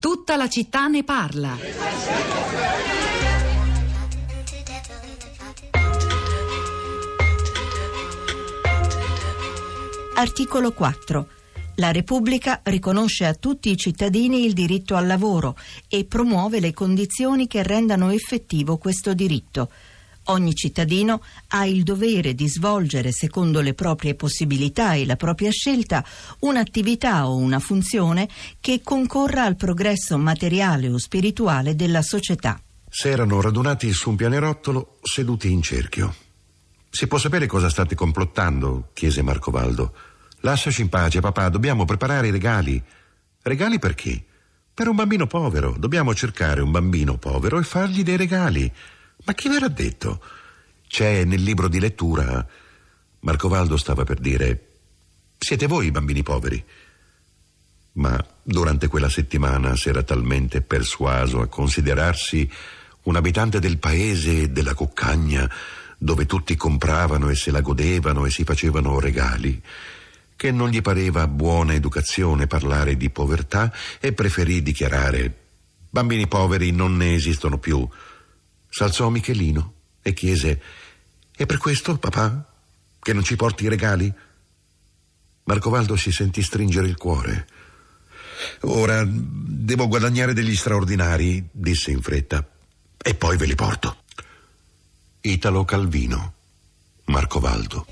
Tutta la città ne parla. Articolo 4. La Repubblica riconosce a tutti i cittadini il diritto al lavoro e promuove le condizioni che rendano effettivo questo diritto. Ogni cittadino ha il dovere di svolgere, secondo le proprie possibilità e la propria scelta, un'attività o una funzione che concorra al progresso materiale o spirituale della società. S'erano radunati su un pianerottolo, seduti in cerchio. «Si può sapere cosa state complottando?» chiese Marcovaldo. «Lasciaci in pace, papà, dobbiamo preparare i regali». «Regali perché?» «Per un bambino povero. Dobbiamo cercare un bambino povero e fargli dei regali». «Ma chi ve l'ha detto?» «C'è nel libro di lettura». Marcovaldo stava per dire: «Siete voi i bambini poveri». Ma durante quella settimana s'era talmente persuaso a considerarsi un abitante del paese e della cuccagna, dove tutti compravano e se la godevano e si facevano regali, che non gli pareva buona educazione parlare di povertà e preferì dichiarare: «Bambini poveri non ne esistono più». S'alzò Michelino e chiese: «È per questo, papà, che non ci porti i regali?» Marcovaldo si sentì stringere il cuore. «Ora devo guadagnare degli straordinari», disse in fretta, «e poi ve li porto». Italo Calvino, Marcovaldo.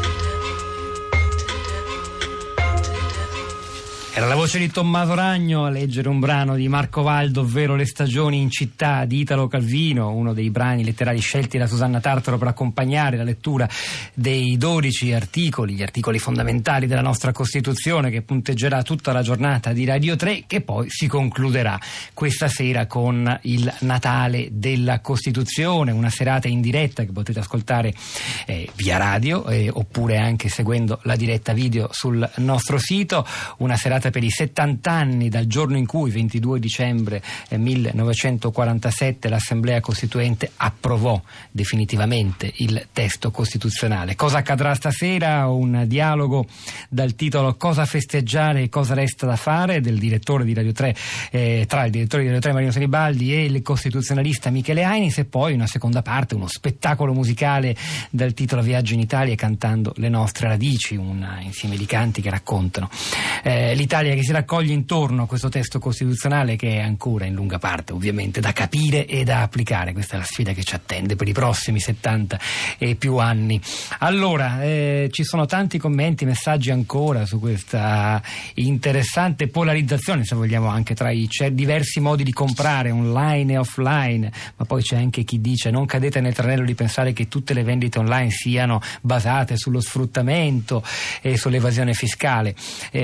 Era la voce di Tommaso Ragno a leggere un brano di Marcovaldo, ovvero Le stagioni in città di Italo Calvino, uno dei brani letterari scelti da Susanna Tartaro per accompagnare la lettura dei 12 articoli, gli articoli fondamentali della nostra Costituzione, che punteggerà tutta la giornata di Radio 3, che poi si concluderà questa sera con il Natale della Costituzione, una serata in diretta che potete ascoltare via radio oppure anche seguendo la diretta video sul nostro sito, una serata per i 70 anni dal giorno in cui, 22 dicembre 1947, l'Assemblea Costituente approvò definitivamente il testo costituzionale. Cosa accadrà stasera? Un dialogo dal titolo «Cosa festeggiare e cosa resta da fare» del direttore di Radio 3, tra il direttore di Radio 3 Marino Senibaldi e il costituzionalista Michele Ainis, e poi una seconda parte, uno spettacolo musicale dal titolo «Viaggio in Italia cantando le nostre radici», un insieme di canti che raccontano l'Italia che si raccoglie intorno a questo testo costituzionale, che è ancora in lunga parte ovviamente da capire e da applicare. Questa è la sfida che ci attende per i prossimi 70 e più anni. Allora, ci sono tanti commenti, messaggi ancora su questa interessante polarizzazione, se vogliamo, anche tra i diversi modi di comprare online e offline, ma poi c'è anche chi dice: non cadete nel tranello di pensare che tutte le vendite online siano basate sullo sfruttamento e sull'evasione fiscale.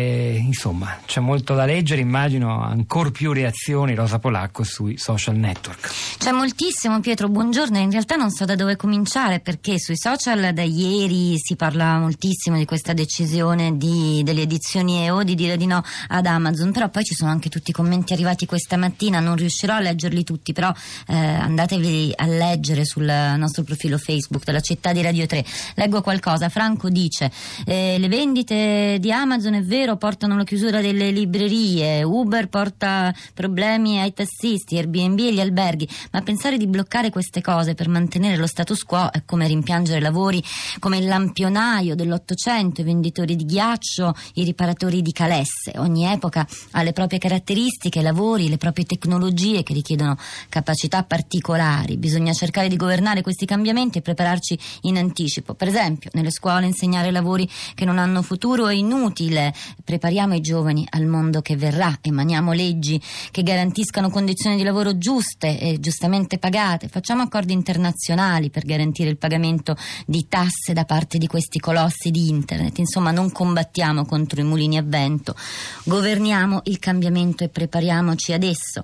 Insomma, c'è molto da leggere, immagino ancor più reazioni, Rosa Polacco, sui social network. C'è moltissimo, Pietro, buongiorno. In realtà non so da dove cominciare, perché sui social da ieri si parla moltissimo di questa decisione delle edizioni EO di dire di no ad Amazon, però poi ci sono anche tutti i commenti arrivati questa mattina, non riuscirò a leggerli tutti, però andatevi a leggere sul nostro profilo Facebook della città di Radio 3. Leggo qualcosa. Franco dice: le vendite di Amazon, è vero, portano la chiusura delle librerie, Uber porta problemi ai tassisti, Airbnb e gli alberghi, ma pensare di bloccare queste cose per mantenere lo status quo è come rimpiangere lavori come il lampionaio dell'Ottocento, i venditori di ghiaccio, i riparatori di calesse. Ogni epoca ha le proprie caratteristiche, lavori, le proprie tecnologie che richiedono capacità particolari. Bisogna cercare di governare questi cambiamenti e prepararci in anticipo. Per esempio, nelle scuole insegnare lavori che non hanno futuro è inutile. Prepariamo i giovani al mondo che verrà, emaniamo leggi che garantiscano condizioni di lavoro giuste e giustamente pagate, facciamo accordi internazionali per garantire il pagamento di tasse da parte di questi colossi di internet. Insomma, non combattiamo contro i mulini a vento, governiamo il cambiamento e prepariamoci adesso.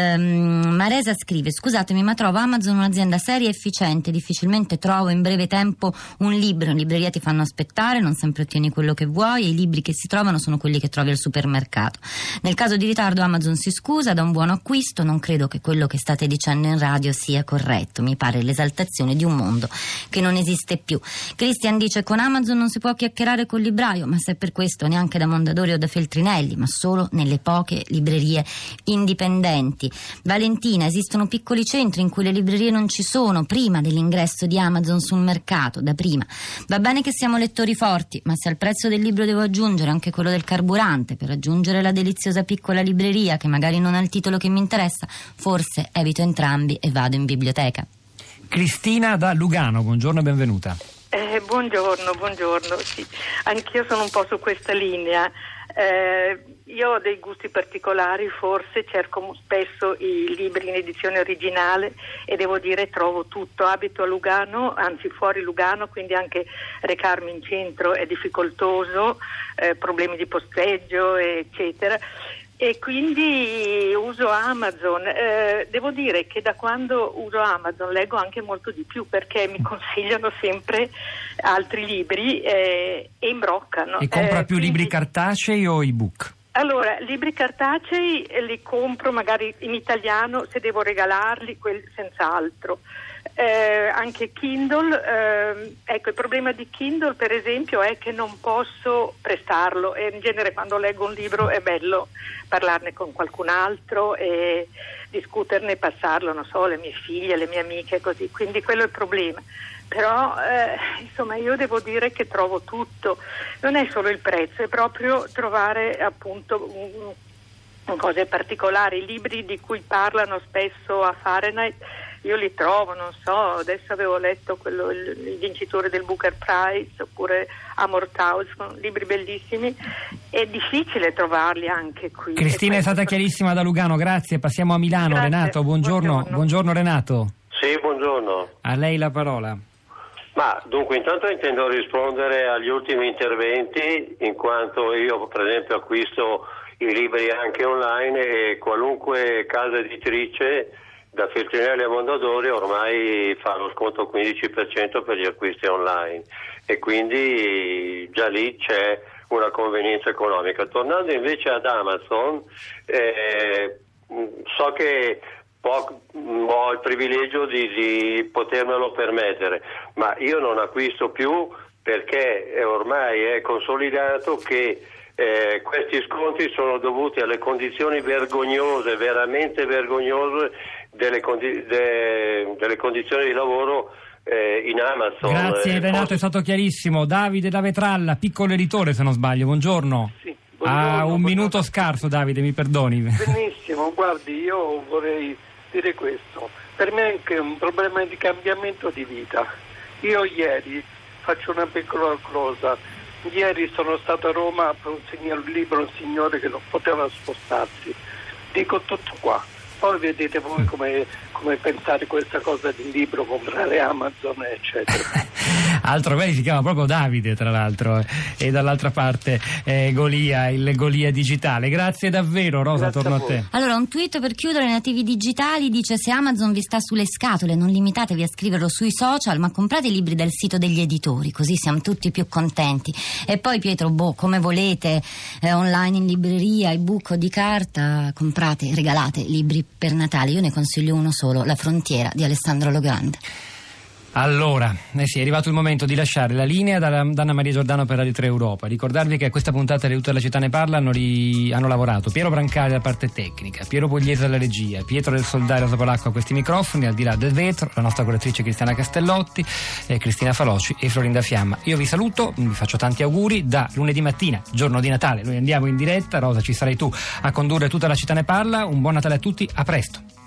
Maresa scrive: scusatemi, ma trovo Amazon un'azienda seria e efficiente, difficilmente trovo in breve tempo un libro. In libreria ti fanno aspettare, non sempre ottieni quello che vuoi e i libri che si trovano sono quelli che trovi al supermercato. Nel caso di ritardo Amazon si scusa, da un buon acquisto. Non credo che quello che state dicendo in radio sia corretto, mi pare l'esaltazione di un mondo che non esiste più. Christian dice: con Amazon non si può chiacchierare col libraio, ma se è per questo neanche da Mondadori o da Feltrinelli, ma solo nelle poche librerie indipendenti. Valentina: esistono piccoli centri in cui le librerie non ci sono prima dell'ingresso di Amazon sul mercato, da prima. Va bene che siamo lettori forti, ma se al prezzo del libro devo aggiungere anche quello del carburante per raggiungere la deliziosa piccola libreria che magari non ha il titolo che mi interessa, forse evito entrambi e vado in biblioteca. Cristina da Lugano, buongiorno e benvenuta. Buongiorno, sì. Anch'io sono un po' su questa linea. Io ho dei gusti particolari, forse cerco spesso i libri in edizione originale e devo dire trovo tutto. Abito a Lugano, anzi fuori Lugano, quindi anche recarmi in centro è difficoltoso, problemi di posteggio eccetera. E quindi uso Amazon. Devo dire che da quando uso Amazon leggo anche molto di più, perché mi consigliano sempre altri libri e imbroccano. E compra più libri cartacei o ebook? Allora, libri cartacei li compro magari in italiano, se devo regalarli, senz'altro. Anche Kindle, ecco, il problema di Kindle per esempio è che non posso prestarlo, e in genere quando leggo un libro è bello parlarne con qualcun altro e discuterne, passarlo, non so, le mie figlie, le mie amiche, così, quindi quello è il problema. Però insomma io devo dire che trovo tutto, non è solo il prezzo, è proprio trovare appunto cose particolari. I libri di cui parlano spesso a Fahrenheit io li trovo, non so, adesso avevo letto il vincitore del Booker Prize, oppure Amor Towers, sono libri bellissimi, è difficile trovarli anche qui. Cristina è stata chiarissima da Lugano, grazie. Passiamo a Milano. Grazie. Renato, buongiorno Renato. Sì, buongiorno. A lei la parola. Ma dunque intanto intendo rispondere agli ultimi interventi, in quanto io per esempio acquisto i libri anche online e qualunque casa editrice da Feltrinelli a Mondadori ormai fa lo sconto 15% per gli acquisti online e quindi già lì c'è una convenienza economica. Tornando invece ad Amazon, so che ho il privilegio di potermelo permettere, ma io non acquisto più perché ormai è consolidato che questi sconti sono dovuti alle condizioni vergognose, veramente vergognose delle condizioni di lavoro in Amazon. Grazie Renato, è stato chiarissimo. Davide da Vetralla, piccolo editore se non sbaglio, buongiorno. Sì, buongiorno. Un minuto scarso, Davide, mi perdoni. Benissimo, guardi, io vorrei dire questo. Per me è anche un problema di cambiamento di vita. Io ieri, faccio una piccola cosa, ieri sono stato a Roma per un libro a un signore che non poteva spostarsi. Dico tutto qua. Poi vedete voi come pensare questa cosa di libro, comprare Amazon, eccetera. Altro bello, si chiama proprio Davide, tra l'altro, e dall'altra parte Golia, il Golia digitale. Grazie davvero, Rosa, torno a te. Allora, un tweet per chiudere: Nativi Digitali dice: se Amazon vi sta sulle scatole, non limitatevi a scriverlo sui social, ma comprate i libri dal sito degli editori, così siamo tutti più contenti. E poi Pietro, come volete, online in libreria, ebook o di carta, comprate, regalate libri per Natale. Io ne consiglio uno solo, La Frontiera di Alessandro Logrande. Allora, sì, è arrivato il momento di lasciare la linea da Anna Maria Giordano per Radio 3 Europa. Ricordarvi che a questa puntata di Tutta la città ne parla hanno lavorato Piero Brancari alla parte tecnica, Piero Pugliese alla regia, Pietro del Soldario Sopolacco a questi microfoni, al di là del vetro, la nostra curatrice Cristiana Castellotti, Cristina Faloci e Florinda Fiamma. Io vi saluto, vi faccio tanti auguri da lunedì mattina, giorno di Natale. Noi andiamo in diretta, Rosa ci sarai tu a condurre Tutta la città ne parla. Un buon Natale a tutti, a presto.